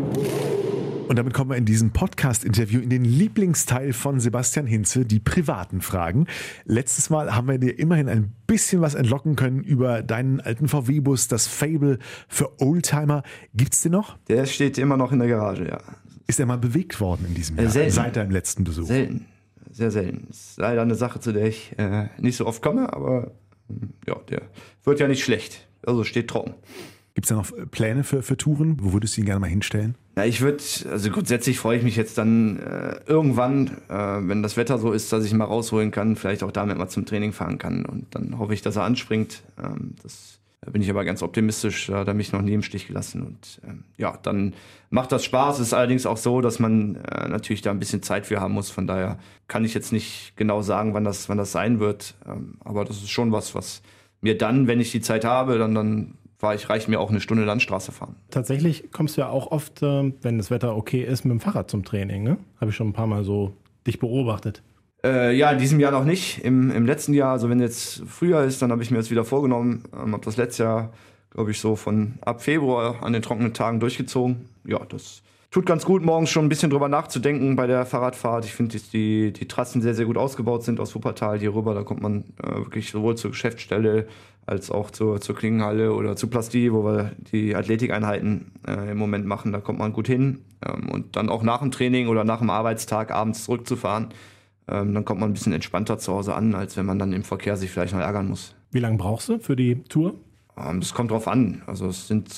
Und damit kommen wir in diesem Podcast-Interview in den Lieblingsteil von Sebastian Hinze, die privaten Fragen. Letztes Mal haben wir dir immerhin ein bisschen was entlocken können über deinen alten V W-Bus, das Fable für Oldtimer. Gibt's den noch? Der steht immer noch in der Garage, ja. Ist er mal bewegt worden in diesem Äh, Jahr, selten. seit deinem letzten Besuch? Selten, sehr selten. Ist leider eine Sache, zu der ich äh, nicht so oft komme, aber äh, ja, der wird ja nicht schlecht. Also steht trocken. Gibt es da noch Pläne für, für Touren? Wo würdest du ihn gerne mal hinstellen? Ja, ich würde, also grundsätzlich freue ich mich jetzt dann äh, irgendwann, äh, wenn das Wetter so ist, dass ich ihn mal rausholen kann, vielleicht auch damit mal zum Training fahren kann. Und dann hoffe ich, dass er anspringt. Ähm, das da bin ich aber ganz optimistisch, da hat er mich noch nie im Stich gelassen. Und ähm, ja, dann macht das Spaß. Es ist allerdings auch so, dass man äh, natürlich da ein bisschen Zeit für haben muss. Von daher kann ich jetzt nicht genau sagen, wann das, wann das sein wird. Ähm, aber das ist schon was, was mir dann, wenn ich die Zeit habe, dann, dann war ich, reicht mir auch eine Stunde Landstraße fahren. Tatsächlich kommst du ja auch oft, äh, wenn das Wetter okay ist, mit dem Fahrrad zum Training, ne? Habe ich schon ein paar Mal so dich beobachtet. Äh, ja, in diesem Jahr noch nicht. Im, im letzten Jahr, also wenn jetzt Frühjahr ist, dann habe ich mir das wieder vorgenommen. Ähm, habe das letztes Jahr, glaube ich, so von ab Februar an den trockenen Tagen durchgezogen. Ja, das tut ganz gut, morgens schon ein bisschen drüber nachzudenken bei der Fahrradfahrt. Ich finde, dass die, die Trassen sehr, sehr gut ausgebaut sind aus Wuppertal hier rüber. Da kommt man äh, wirklich sowohl zur Geschäftsstelle als auch zur, zur Klingenhalle oder zu Plastie, wo wir die Athletikeinheiten äh, im Moment machen. Da kommt man gut hin. Ähm, und dann auch nach dem Training oder nach dem Arbeitstag abends zurückzufahren, ähm, dann kommt man ein bisschen entspannter zu Hause an, als wenn man dann im Verkehr sich vielleicht noch ärgern muss. Wie lange brauchst du für die Tour? Ähm, das kommt drauf an. Also es sind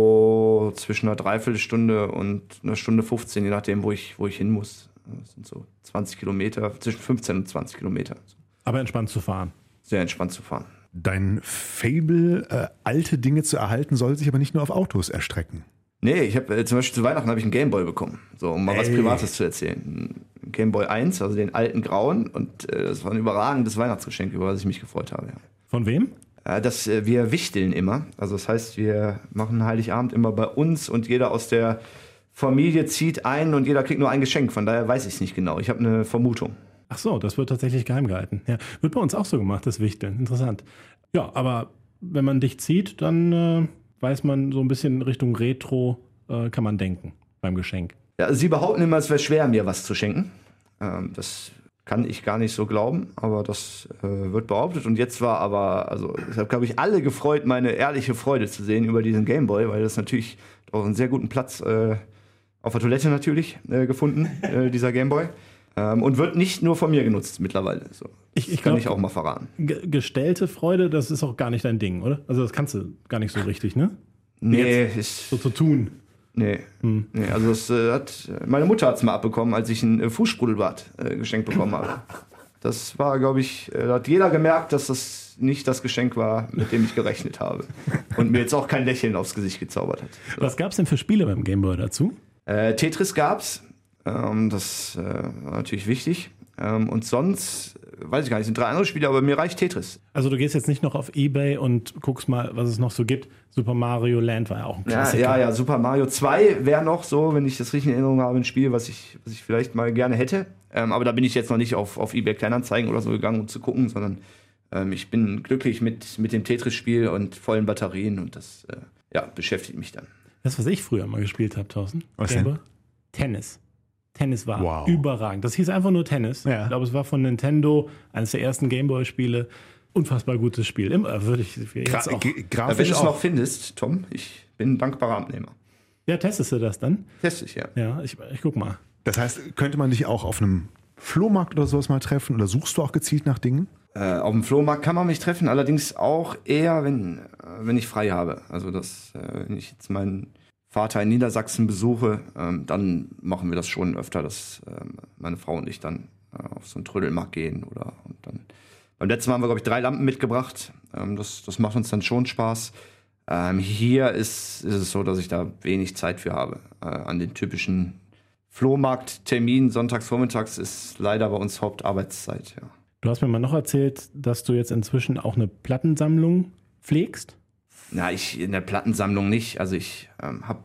so zwischen einer Dreiviertelstunde und einer Stunde fünfzehn, je nachdem, wo ich, wo ich hin muss. Das sind so zwanzig Kilometer, zwischen fünfzehn und zwanzig Kilometer. Aber entspannt zu fahren. Sehr entspannt zu fahren. Dein Fable, äh, alte Dinge zu erhalten, soll sich aber nicht nur auf Autos erstrecken. Nee, ich habe äh, zum Beispiel zu Weihnachten habe ich einen Gameboy bekommen, so um mal was Ey. Privates zu erzählen. Ein Gameboy eins, also den alten grauen, und äh, das war ein überragendes Weihnachtsgeschenk, über das ich mich gefreut habe. Ja. Von wem? Äh, das, äh, wir wichteln immer, also das heißt, wir machen Heiligabend immer bei uns und jeder aus der Familie zieht ein und jeder kriegt nur ein Geschenk, von daher weiß ich es nicht genau. Ich habe eine Vermutung. Ach so, das wird tatsächlich geheim gehalten. Ja, wird bei uns auch so gemacht, das Wichteln. Interessant. Ja, aber wenn man dich zieht, dann äh, weiß man so ein bisschen Richtung Retro, äh, kann man denken beim Geschenk. Ja, also sie behaupten immer, es wäre schwer, mir was zu schenken. Ähm, das kann ich gar nicht so glauben, aber das äh, wird behauptet. Und jetzt war aber, also ich habe, glaube ich, alle gefreut, meine ehrliche Freude zu sehen über diesen Gameboy, weil das natürlich auch einen sehr guten Platz äh, auf der Toilette natürlich äh, gefunden, äh, dieser Gameboy. Ähm, und wird nicht nur von mir genutzt mittlerweile. So. Ich, ich das kann glaub, ich auch mal verraten. Ge- gestellte Freude, das ist auch gar nicht dein Ding, oder? Also das kannst du gar nicht so richtig, ne? Nee, ist, So zu tun. nee, Hm. nee. Also das äh, hat, meine Mutter hat es mal abbekommen, als ich ein äh, Fußsprudelbad äh, geschenkt bekommen habe. Das war, glaube ich, äh, da hat jeder gemerkt, dass das nicht das Geschenk war, mit dem ich gerechnet habe. Und mir jetzt auch kein Lächeln aufs Gesicht gezaubert hat. So. Was gab es denn für Spiele beim Gameboy dazu? Äh, Tetris gab's. Ähm, das äh, war natürlich wichtig. Ähm, und sonst, äh, weiß ich gar nicht, sind drei andere Spiele, aber mir reicht Tetris. Also du gehst jetzt nicht noch auf Ebay und guckst mal, was es noch so gibt. Super Mario Land war ja auch ein Ja, Klassiker. ja, ja, Super Mario zwei wäre noch so, wenn ich das richtig in Erinnerung habe, ein Spiel, was ich, was ich vielleicht mal gerne hätte. Ähm, aber da bin ich jetzt noch nicht auf, auf eBay Kleinanzeigen oder so gegangen, um zu gucken, sondern ähm, ich bin glücklich mit, mit dem Tetris-Spiel und vollen Batterien und das äh, ja, beschäftigt mich dann. Das, was ich früher mal gespielt habe, Thorsten. Was Gameboy? denn? Tennis. Tennis war Wow. überragend. Das hieß einfach nur Tennis. Ja. Ich glaube, es war von Nintendo, eines der ersten Gameboy-Spiele. Unfassbar gutes Spiel. Immer würde ich jetzt Gra auch. g- Ja, wenn grafisch du es auch. noch findest, Tom, ich bin ein dankbarer Abnehmer. Ja, testest du das dann? Test ich, ja. Ja, ich, ich guck mal. Das heißt, könnte man dich auch auf einem Flohmarkt oder sowas mal treffen? Oder suchst du auch gezielt nach Dingen? Äh, auf dem Flohmarkt kann man mich treffen, allerdings auch eher, wenn, äh, wenn ich frei habe. Also das, äh, wenn ich jetzt meinen Vater in Niedersachsen besuche, ähm, dann machen wir das schon öfter, dass ähm, meine Frau und ich dann äh, auf so einen Trödelmarkt gehen. Oder, und dann, beim letzten Mal haben wir, glaube ich, drei Lampen mitgebracht. Ähm, das, das macht uns dann schon Spaß. Ähm, hier ist, ist es so, dass ich da wenig Zeit für habe. Äh, an den typischen Flohmarkttermin sonntags vormittags ist leider bei uns Hauptarbeitszeit, ja. Du hast mir mal noch erzählt, dass du jetzt inzwischen auch eine Plattensammlung pflegst. Na, ich in der Plattensammlung nicht. Also ich ähm, habe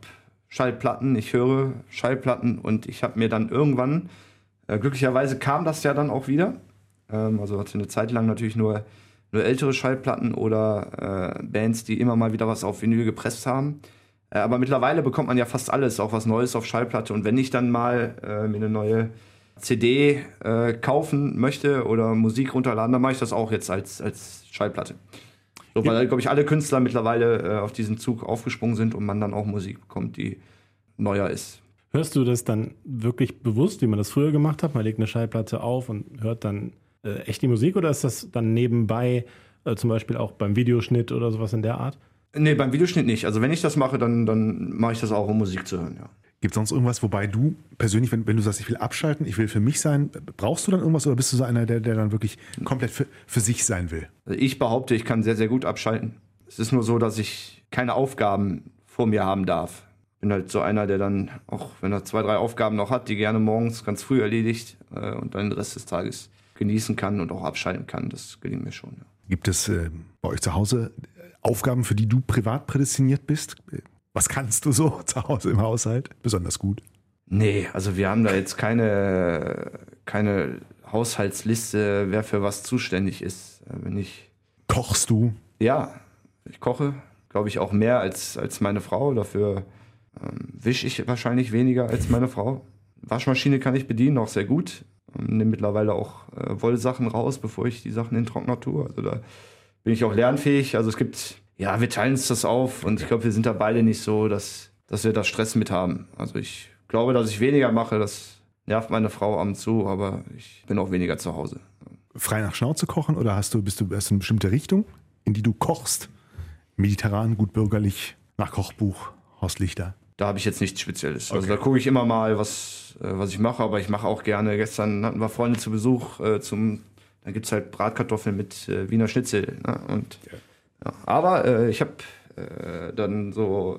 Schallplatten, ich höre Schallplatten und ich habe mir dann irgendwann, äh, glücklicherweise kam das ja dann auch wieder, ähm, also hatte eine Zeit lang natürlich nur, nur ältere Schallplatten oder äh, Bands, die immer mal wieder was auf Vinyl gepresst haben. Äh, aber mittlerweile bekommt man ja fast alles, auch was Neues auf Schallplatte. Und wenn ich dann mal äh, mir eine neue C D äh, kaufen möchte oder Musik runterladen, dann mache ich das auch jetzt als, als Schallplatte. So, weil, glaube ich, alle Künstler mittlerweile äh, auf diesen Zug aufgesprungen sind und man dann auch Musik bekommt, die neuer ist. Hörst du das dann wirklich bewusst, wie man das früher gemacht hat? Man legt eine Schallplatte auf und hört dann äh, echt die Musik oder ist das dann nebenbei, äh, zum Beispiel auch beim Videoschnitt oder sowas in der Art? Nee, beim Videoschnitt nicht. Also wenn ich das mache, dann, dann mache ich das auch, um Musik zu hören, ja. Gibt es sonst irgendwas, wobei du persönlich, wenn, wenn du sagst, ich will abschalten, ich will für mich sein, brauchst du dann irgendwas oder bist du so einer, der, der dann wirklich komplett für, für sich sein will? Also ich behaupte, ich kann sehr, sehr gut abschalten. Es ist nur so, dass ich keine Aufgaben vor mir haben darf. Ich bin halt so einer, der dann, auch wenn er zwei, drei Aufgaben noch hat, die gerne morgens ganz früh erledigt äh, und dann den Rest des Tages genießen kann und auch abschalten kann. Das gelingt mir schon, ja. Gibt es äh, bei euch zu Hause Aufgaben, für die du privat prädestiniert bist? Was kannst du so zu Hause im Haushalt besonders gut? Nee, also wir haben da jetzt keine, keine Haushaltsliste, wer für was zuständig ist. Wenn ich Kochst du? Ja, ich koche, glaube ich, auch mehr als, als meine Frau. Dafür ähm, wische ich wahrscheinlich weniger als meine Frau. Waschmaschine kann ich bedienen, auch sehr gut. Ähm, nehme mittlerweile auch äh, Wollsachen raus, bevor ich die Sachen in den Trockner tue. Also da bin ich auch lernfähig. Also es gibt, ja, wir teilen uns das auf und ich glaube, wir sind da beide nicht so, dass, dass wir da Stress mit haben. Also ich glaube, dass ich weniger mache, das nervt meine Frau ab und zu, aber ich bin auch weniger zu Hause. Frei nach Schnauze kochen oder hast du, bist du hast du eine bestimmte Richtung, in die du kochst? Mediterran, gut bürgerlich, nach Kochbuch, Horst Lichter? Da habe ich jetzt nichts Spezielles. Also okay. Da gucke ich immer mal, was, äh, was ich mache, aber ich mache auch gerne. Gestern hatten wir Freunde zu Besuch, äh, zum, da gibt es halt Bratkartoffeln mit äh, Wiener Schnitzel. Ne? Und, ja. Ja. Aber äh, ich habe äh, dann so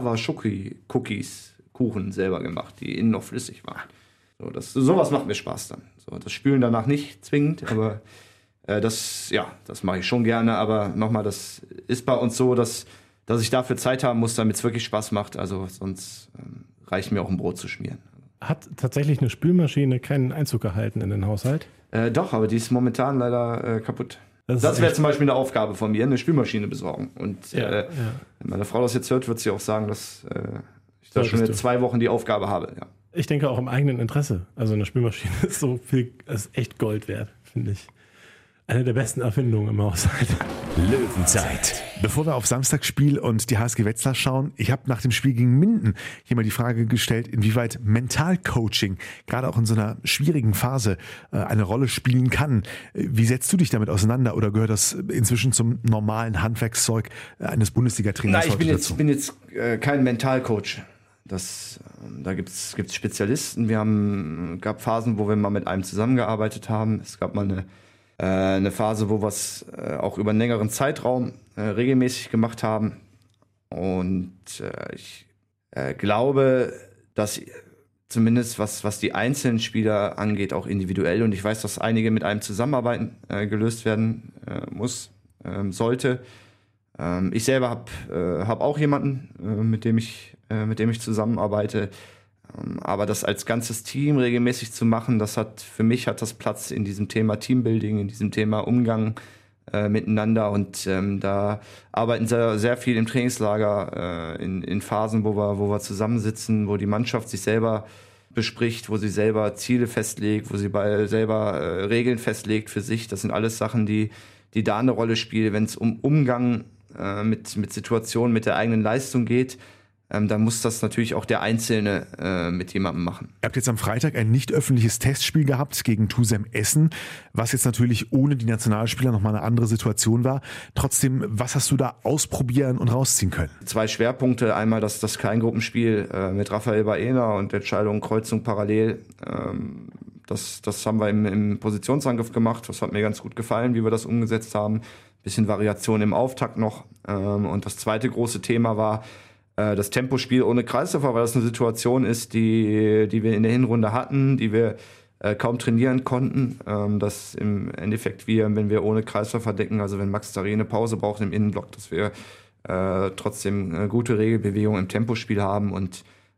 Lava-Cookies, Kuchen selber gemacht, die innen noch flüssig waren. So, das, sowas macht mir Spaß dann. So, das Spülen danach nicht zwingend, aber äh, das, ja, das mache ich schon gerne. Aber nochmal, das ist bei uns so, dass, dass ich dafür Zeit haben muss, damit es wirklich Spaß macht. Also sonst ähm, reicht mir auch ein Brot zu schmieren. Hat tatsächlich eine Spülmaschine keinen Einzug gehalten in den Haushalt? Äh, doch, aber die ist momentan leider äh, kaputt. Das, das wäre zum Beispiel eine Aufgabe von mir, eine Spülmaschine besorgen. Und ja, äh, ja. wenn meine Frau das jetzt hört, wird sie auch sagen, dass äh, ich da schon in zwei Wochen die Aufgabe habe. Ja. Ich denke auch im eigenen Interesse. Also eine Spülmaschine ist so viel, ist echt Gold wert, finde ich. Eine der besten Erfindungen im Haushalt. Löwenzeit. Bevor wir auf Samstagsspiel und die H S G Wetzlar schauen, ich habe nach dem Spiel gegen Minden hier mal die Frage gestellt, inwieweit Mentalcoaching gerade auch in so einer schwierigen Phase äh, eine Rolle spielen kann. Wie setzt du dich damit auseinander oder gehört das inzwischen zum normalen Handwerkszeug eines Bundesliga-Trainers? Nein, ich bin jetzt, ich bin jetzt äh, kein Mentalcoach. Das, äh, da gibt es Spezialisten. Wir haben gab Phasen, wo wir mal mit einem zusammengearbeitet haben. Es gab mal eine eine Phase, wo wir es äh, auch über einen längeren Zeitraum äh, regelmäßig gemacht haben. Und äh, ich äh, glaube, dass zumindest was, was die einzelnen Spieler angeht, auch individuell, und ich weiß, dass einige mit einem zusammenarbeiten äh, gelöst werden äh, muss, äh, sollte. Ähm, ich selber habe äh, hab auch jemanden, äh, mit dem ich, äh, mit dem ich zusammenarbeite. Aber das als ganzes Team regelmäßig zu machen, das hat für mich hat das Platz in diesem Thema Teambuilding, in diesem Thema Umgang äh, miteinander. Und ähm, da arbeiten sehr, sehr viel im Trainingslager äh, in, in Phasen, wo wir, wo wir zusammensitzen, wo die Mannschaft sich selber bespricht, wo sie selber Ziele festlegt, wo sie bei selber äh, Regeln festlegt für sich. Das sind alles Sachen, die, die da eine Rolle spielen, wenn es um Umgang äh, mit, mit Situationen, mit der eigenen Leistung geht. Ähm, dann muss das natürlich auch der Einzelne äh, mit jemandem machen. Ihr habt jetzt am Freitag ein nicht öffentliches Testspiel gehabt gegen Tusem Essen, was jetzt natürlich ohne die Nationalspieler nochmal eine andere Situation war. Trotzdem, was hast du da ausprobieren und rausziehen können? Zwei Schwerpunkte. Einmal das, das Kleingruppenspiel äh, mit Raphael Baena und Entscheidung Kreuzung parallel. Ähm, das, das haben wir im, im Positionsangriff gemacht. Das hat mir ganz gut gefallen, wie wir das umgesetzt haben. Bisschen Variation im Auftakt noch. Ähm, und das zweite große Thema war das Tempospiel ohne Kreisläufer, weil das eine Situation ist, die, die wir in der Hinrunde hatten, die wir äh, kaum trainieren konnten. Ähm, dass im Endeffekt wir, wenn wir ohne Kreisläufer decken, also wenn Max Daré eine Pause braucht im Innenblock, dass wir äh, trotzdem eine gute Regelbewegung im Tempospiel haben. Und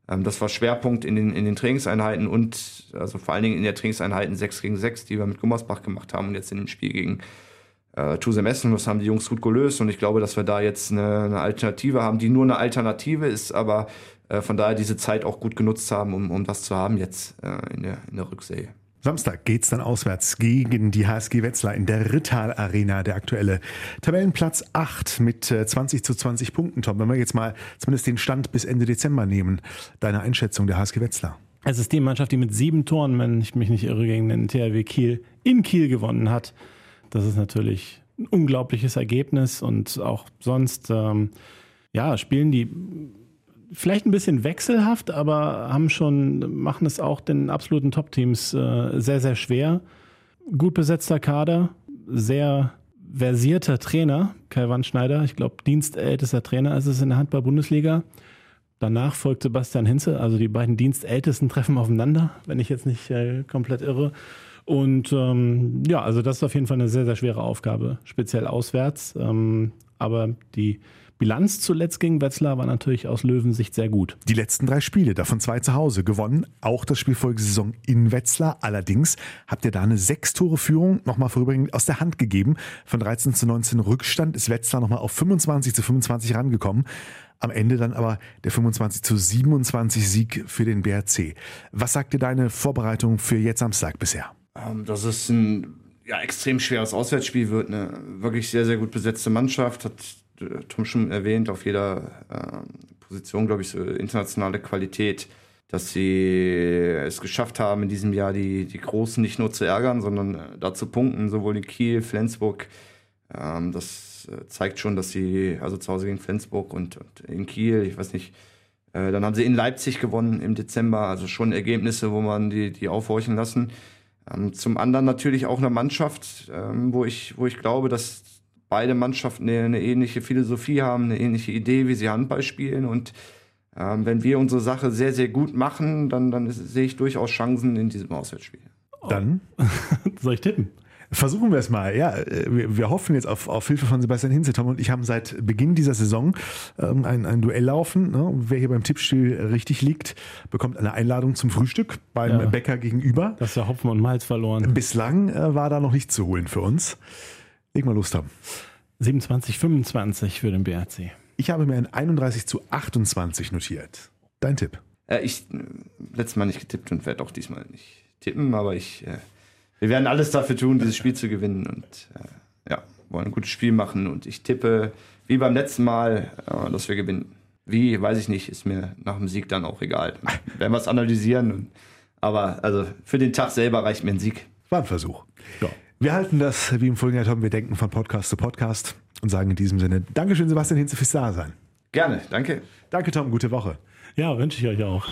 Ähm, das war Schwerpunkt in den, in den Trainingseinheiten und also vor allen Dingen in der Trainingseinheiten sechs gegen sechs, die wir mit Gummersbach gemacht haben und jetzt in dem Spiel gegen äh, Tusem Essen. Das haben die Jungs gut gelöst und ich glaube, dass wir da jetzt eine, eine Alternative haben, die nur eine Alternative ist, aber äh, von daher diese Zeit auch gut genutzt haben, um, um das zu haben jetzt äh, in der, in der Rückserie. Samstag geht's dann auswärts gegen die H S G Wetzlar in der Rittal Arena, der aktuelle Tabellenplatz acht mit zwanzig zu zwanzig Punkten. Tom, wenn wir jetzt mal zumindest den Stand bis Ende Dezember nehmen, deine Einschätzung der H S G Wetzlar? Es ist die Mannschaft, die mit sieben Toren, wenn ich mich nicht irre, gegen den T H W Kiel in Kiel gewonnen hat. Das ist natürlich ein unglaubliches Ergebnis und auch sonst ähm, ja, spielen die vielleicht ein bisschen wechselhaft, aber haben schon, machen es auch den absoluten Top-Teams äh, sehr, sehr schwer. Gut besetzter Kader, sehr versierter Trainer, Kai Wandschneider, ich glaube dienstältester Trainer ist es in der Handball-Bundesliga. Danach folgt Sebastian Hinze, also die beiden Dienstältesten treffen aufeinander, wenn ich jetzt nicht äh, komplett irre. Und ähm, ja, also das ist auf jeden Fall eine sehr, sehr schwere Aufgabe, speziell auswärts. Ähm, aber die Bilanz zuletzt gegen Wetzlar war natürlich aus Löwensicht sehr gut. Die letzten drei Spiele, davon zwei zu Hause, gewonnen. Auch das Spiel Folgesaison in Wetzlar. Allerdings habt ihr da eine Sechs-Tore-Führung nochmal vorübergehend aus der Hand gegeben. Von dreizehn zu neunzehn Rückstand ist Wetzlar nochmal auf fünfundzwanzig zu fünfundzwanzig rangekommen. Am Ende dann aber der fünfundzwanzig zu siebenundzwanzig Sieg für den B R C. Was sagt dir deine Vorbereitung für jetzt Samstag bisher? Ähm, das ist ein ja, extrem schweres Auswärtsspiel wird. Eine wirklich sehr, sehr gut besetzte Mannschaft. Hat Tom schon erwähnt, auf jeder äh, Position, glaube ich, so internationale Qualität, dass sie es geschafft haben, in diesem Jahr die, die Großen nicht nur zu ärgern, sondern äh, da zu punkten, sowohl in Kiel, Flensburg. Ähm, das äh, zeigt schon, dass sie, also zu Hause gegen Flensburg und, und in Kiel, ich weiß nicht, äh, dann haben sie in Leipzig gewonnen im Dezember, also schon Ergebnisse, wo man die, die aufhorchen lassen. Ähm, zum anderen natürlich auch eine Mannschaft, ähm, wo ich, wo ich glaube, dass beide Mannschaften eine, eine ähnliche Philosophie haben, eine ähnliche Idee, wie sie Handball spielen. Und ähm, wenn wir unsere Sache sehr, sehr gut machen, dann, dann ist, sehe ich durchaus Chancen in diesem Auswärtsspiel. Dann soll ich tippen? Versuchen wir es mal. Ja, wir, wir hoffen jetzt auf, auf Hilfe von Sebastian Hinze. Tom und ich haben seit Beginn dieser Saison ähm, ein, ein Duell laufen. Ne? Wer hier beim Tippspiel richtig liegt, bekommt eine Einladung zum Frühstück beim ja. Bäcker gegenüber. Das ist ja Hopfen und Malz verloren. Bislang äh, war da noch nichts zu holen für uns. Leg mal Lust haben. siebenundzwanzig fünfundzwanzig für den B R C. Ich habe mir ein einunddreißig zu achtundzwanzig notiert. Dein Tipp? Äh, ich äh, letztes Mal nicht getippt und werde auch diesmal nicht tippen, aber ich, äh, wir werden alles dafür tun, dieses Spiel zu gewinnen und äh, ja, wollen ein gutes Spiel machen und ich tippe, wie beim letzten Mal, äh, dass wir gewinnen. Wie, weiß ich nicht, ist mir nach dem Sieg dann auch egal. Dann werden wir es analysieren, und, aber also für den Tag selber reicht mir ein Sieg. War ein Versuch. Ja. Wir halten das, wie im Folgenden haben, wir denken von Podcast zu Podcast und sagen in diesem Sinne, Dankeschön Sebastian Hinze fürs Dasein. Gerne, danke. Danke Tom, gute Woche. Ja, wünsche ich euch auch.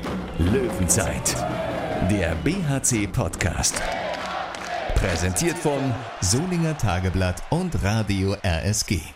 Löwenzeit, der B H C Podcast. Präsentiert von Solinger Tageblatt und Radio R S G.